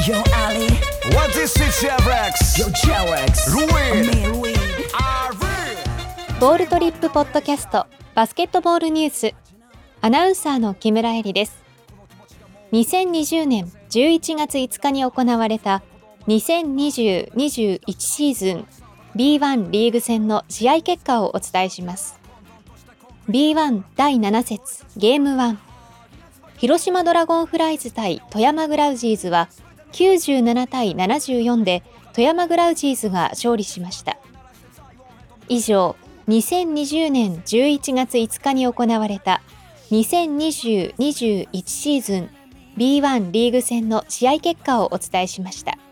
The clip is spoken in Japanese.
Yo Ali What is it, J-Rex? Yo J-Rex Louis ボールトリップポッドキャストバスケットボールニュース、アナウンサーの木村恵里です。2020年11月5日に行われた2020-21シーズン B1 リーグ戦の試合結果をお伝えします。 B1 第7節ゲーム1、広島ドラゴンフライズ対富山グラウジーズは97対74で富山グラウジーズが勝利しました。以上、2020年11月5日に行われた2020-21シーズン B1 リーグ戦の試合結果をお伝えしました。